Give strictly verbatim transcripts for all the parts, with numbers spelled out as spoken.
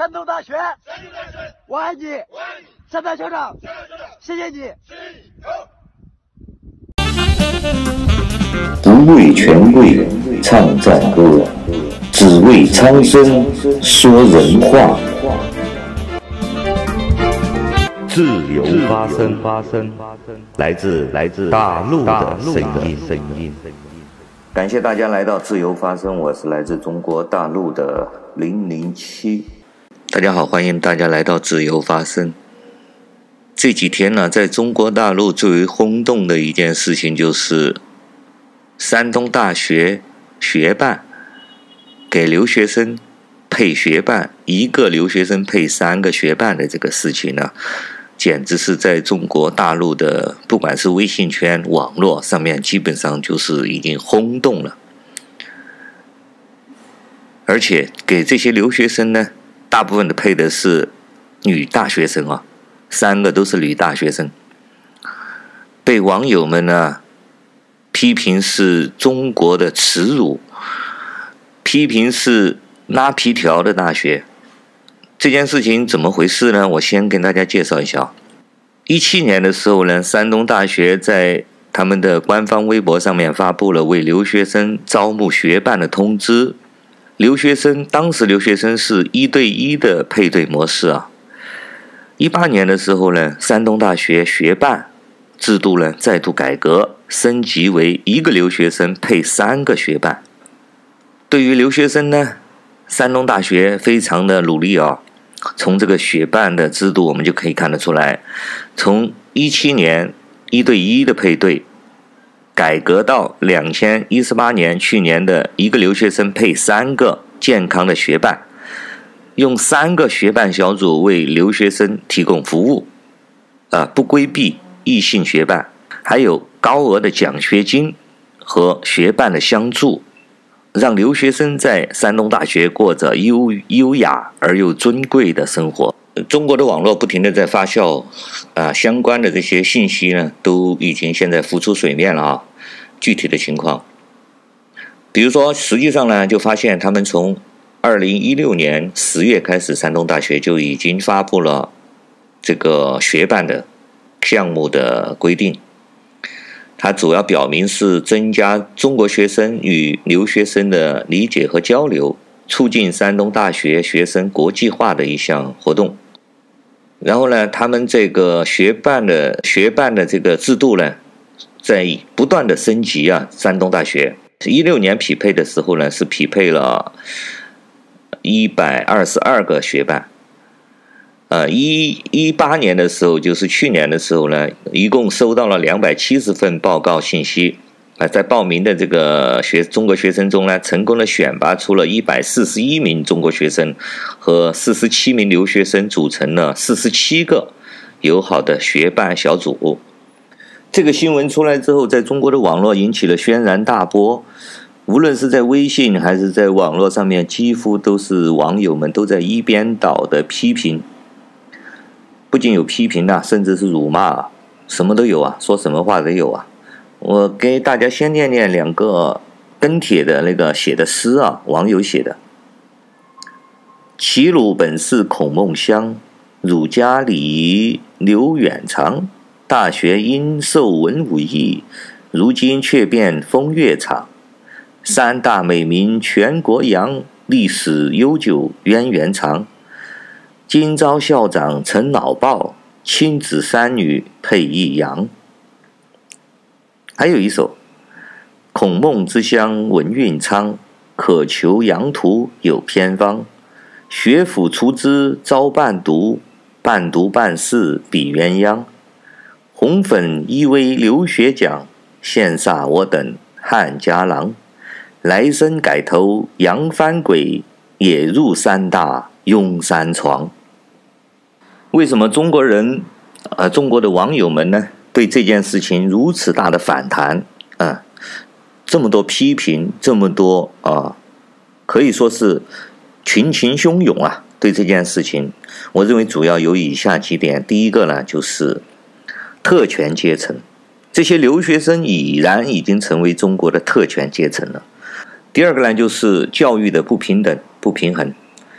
山东大学，我爱你，山大校长，谢谢你。 不为权贵唱赞歌，只为苍生说人话。自由发声，发声，来自来自大陆的声音，声音。感谢大家来到自由发声，我是来自中国大陆的零零七。大家好，欢迎大家来到自由发声。这几天呢，在中国大陆最为轰动的一件事情就是山东大学学办给留学生配学办，一个留学生配三个学办的这个事情呢，简直是在中国大陆的不管是微信圈、网络上面，基本上就是已经轰动了。而且给这些留学生呢，大部分的配的是女大学生啊，三个都是女大学生，被网友们呢批评是中国的耻辱，批评是拉皮条的大学。这件事情怎么回事呢？我先跟大家介绍一下。一七年的时候呢，山东大学在他们的官方微博上面发布了为留学生招募学办的通知。留学生当时留学生是一对一的配对模式啊。一八年的时候呢，山东大学学办制度呢再度改革，升级为一个留学生配三个学办。对于留学生呢，山东大学非常的努力啊。从这个学办的制度我们就可以看得出来，从一七年一对一的配对改革到两千一十八年去年的一个留学生配三个健康的学办，用三个学办小组为留学生提供服务，啊，不规避异性学办，还有高额的奖学金和学办的相助，让留学生在山东大学过着优优雅而又尊贵的生活。中国的网络不停地在发酵，啊，相关的这些信息呢，都已经现在浮出水面了啊。具体的情况，比如说，实际上呢，就发现他们从二零一六年十月开始，山东大学就已经发布了这个学办的项目的规定。它主要表明是增加中国学生与留学生的理解和交流，促进山东大学学生国际化的一项活动。然后呢，他们这个学办的学办的这个制度呢，在不断的升级啊。山东大学一六年匹配的时候呢，是匹配了一百二十二个学办。呃，一一八年的时候，就是去年的时候呢，一共收到了两百七十份报告信息。啊、呃，在报名的这个学中国学生中呢，成功的选拔出了一百四十一名中国学生和四十七名留学生，组成了四十七个友好的学办小组。这个新闻出来之后，在中国的网络引起了轩然大波。无论是在微信还是在网络上面，几乎都是网友们都在一边倒的批评。不仅有批评啊，甚至是辱骂啊，什么都有啊，说什么话都有啊。我给大家先念念两个跟帖的那个写的诗啊，网友写的：齐鲁本是孔孟乡，儒家礼仪留远长。大学因受文武艺，如今却变风月场。三大美名全国扬，历史悠久渊源长。今朝校长成老豹，亲子三女配一阳。还有一首：孔孟之乡文运昌，可求洋图有偏方。学府出资招伴读，伴读办事比鸳鸯。红粉依偎留学奖，羡煞我等汉家郎。来生改头扬帆鬼，也入山大拥山床。为什么中国人，呃，中国的网友们呢，对这件事情如此大的反弹啊、呃，这么多批评，这么多啊、呃，可以说是群情汹涌啊。对这件事情，我认为主要有以下几点。第一个呢，就是特权阶层，这些留学生已然已经成为中国的特权阶层了。第二个呢，就是教育的不平等、不平衡。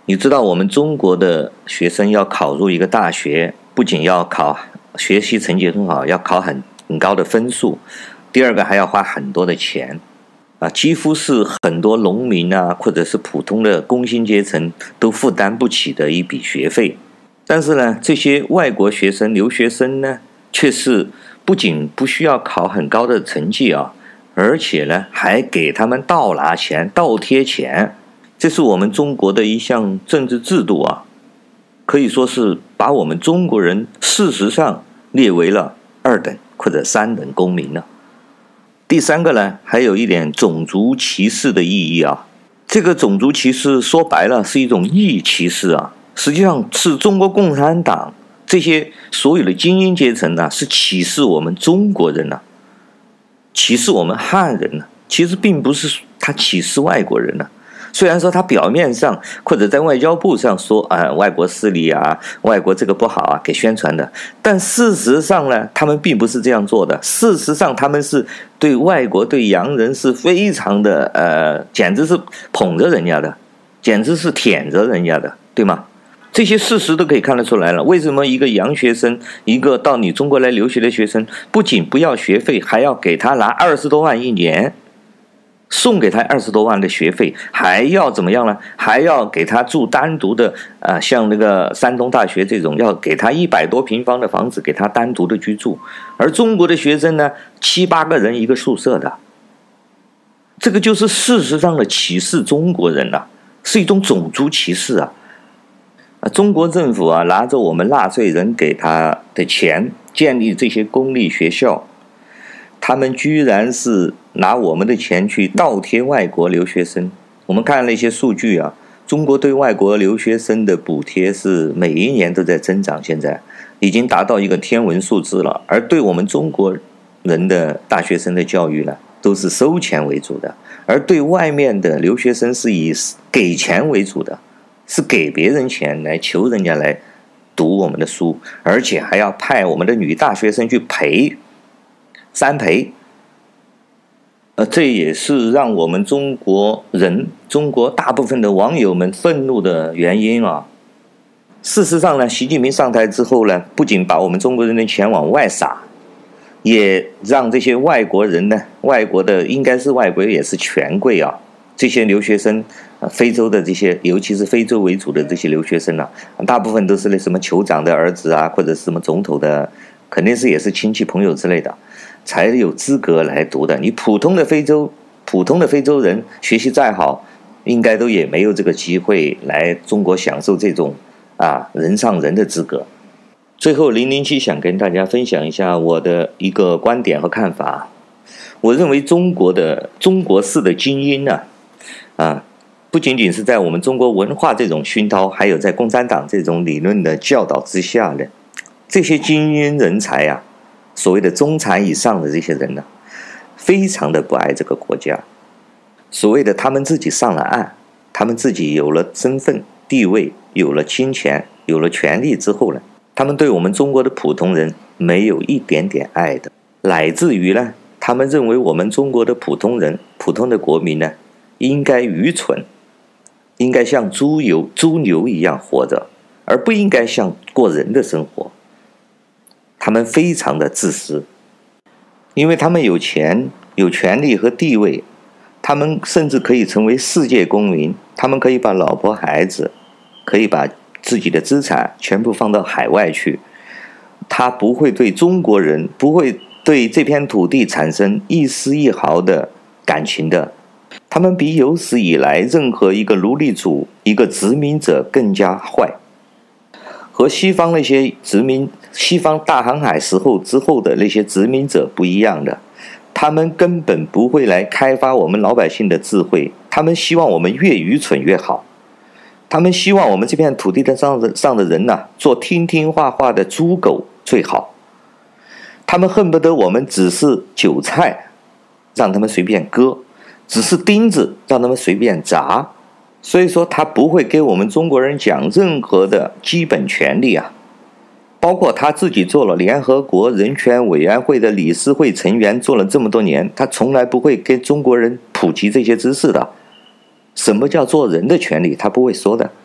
你知道我们中国的学生要考入一个大学，不仅要考学习成绩很好，要考很很高的分数，第二个还要花很多的钱啊，几乎是很多农民啊，或者是普通的工薪阶层都负担不起的一笔学费。但是呢，这些外国学生、留学生呢，却是不仅不需要考很高的成绩啊，而且呢，还给他们倒拿钱、倒贴钱。这是我们中国的一项政治制度啊，可以说是把我们中国人事实上列为了二等或者三等公民了。第三个呢，还有一点种族歧视的意义啊。这个种族歧视说白了是一种意义歧视啊，实际上是中国共产党这些所有的精英阶层呢、啊，是歧视我们中国人呢、啊，歧视我们汉人呢、啊。其实并不是他歧视外国人呢、啊。虽然说他表面上或者在外交部上说啊，外国势力啊，外国这个不好啊，给宣传的，但事实上呢，他们并不是这样做的。事实上，他们是对外国、对洋人是非常的呃，简直是捧着人家的，简直是舔着人家的，对吗？这些事实都可以看得出来了。为什么一个洋学生，一个到你中国来留学的学生，不仅不要学费，还要给他拿二十多万一年？送给他二十多万的学费，还要怎么样呢？还要给他住单独的，呃，像那个山东大学这种，要给他一百多平方的房子，给他单独的居住。而中国的学生呢，七八个人一个宿舍的，这个就是事实上的歧视中国人啊，是一种种族歧视啊！啊，中国政府啊，拿着我们纳税人给他的钱建立这些公立学校。他们居然是拿我们的钱去倒贴外国留学生。我们看了一些数据啊，中国对外国留学生的补贴是每一年都在增长，现在已经达到一个天文数字了。而对我们中国人的大学生的教育呢，都是收钱为主的，而对外面的留学生是以给钱为主的，是给别人钱来求人家来读我们的书，而且还要派我们的女大学生去陪。三陪，呃，这也是让我们中国人、中国大部分的网友们愤怒的原因啊。事实上呢，习近平上台之后呢，不仅把我们中国人的钱往外撒，也让这些外国人呢，外国的应该是外国也是权贵啊，这些留学生，呃，非洲的这些，尤其是非洲为主的这些留学生啊，大部分都是那什么酋长的儿子啊，或者是什么总统的，肯定是也是亲戚朋友之类的。才有资格来读的。你普通的非洲，普通的非洲人学习再好，应该都也没有这个机会来中国享受这种啊人上人的资格。最后，零零七想跟大家分享一下我的一个观点和看法。我认为中国的中国式的精英呢，啊，不仅仅是在我们中国文化这种熏陶，还有在共产党这种理论的教导之下呢，这些精英人才啊。所谓的中产以上的这些人呢，非常的不爱这个国家。所谓的他们自己上了岸，他们自己有了身份地位，有了金钱，有了权利之后呢，他们对我们中国的普通人没有一点点爱的，乃至于呢，他们认为我们中国的普通人、普通的国民呢，应该愚蠢，应该像猪牛、猪牛一样活着，而不应该像过人的生活。他们非常的自私，因为他们有钱、有权利和地位，他们甚至可以成为世界公民，他们可以把老婆孩子，可以把自己的资产全部放到海外去，他不会对中国人，不会对这片土地产生一丝一毫的感情的。他们比有史以来任何一个奴隶主、一个殖民者更加坏。和西方那些殖民、西方大航海时候之后的那些殖民者不一样的，他们根本不会来开发我们老百姓的智慧，他们希望我们越愚蠢越好，他们希望我们这片土地上的上的人呐、啊，做听听话话的猪狗最好，他们恨不得我们只是韭菜，让他们随便割，只是钉子，让他们随便砸。所以说他不会给我们中国人讲任何的基本权利啊，包括他自己做了联合国人权委员会的理事会成员，做了这么多年，他从来不会给中国人普及这些知识的。什么叫做人的权利，他不会说的。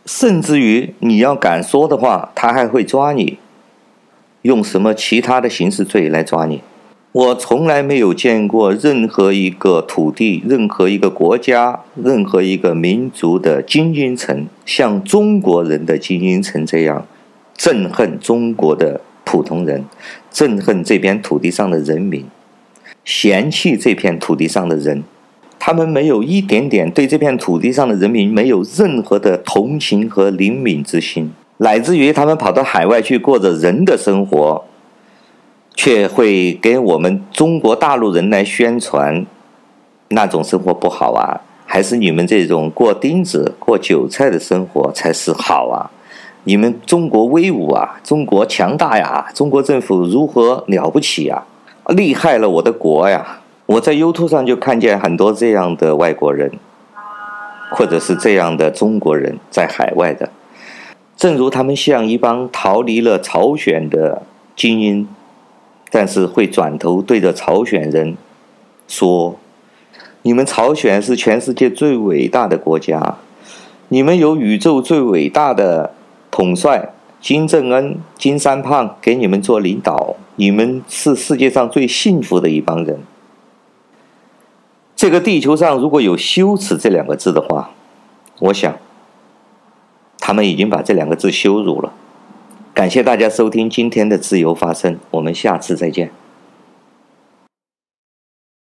甚至于你要敢说的话，他还会抓你，用什么其他的刑事罪来抓你。我从来没有见过任何一个土地、任何一个国家、任何一个民族的精英层像中国人的精英层这样憎恨中国的普通人，憎恨这片土地上的人民，嫌弃这片土地上的人。他们没有一点点对这片土地上的人民没有任何的同情和怜悯之心，乃至于他们跑到海外去过着人的生活，却会给我们中国大陆人来宣传那种生活不好啊，还是你们这种过钉子过韭菜的生活才是好啊，你们中国威武啊，中国强大呀，中国政府如何了不起啊，厉害了我的国呀。我在 YouTube 上就看见很多这样的外国人，或者是这样的中国人在海外的，正如他们像一帮逃离了朝鲜的精英，但是会转头对着朝鲜人说，你们朝鲜是全世界最伟大的国家，你们有宇宙最伟大的统帅金正恩、金三胖给你们做领导，你们是世界上最幸福的一帮人。这个地球上如果有羞耻这两个字的话，我想他们已经把这两个字羞辱了。感谢大家收听今天的自由发声，我们下次再见。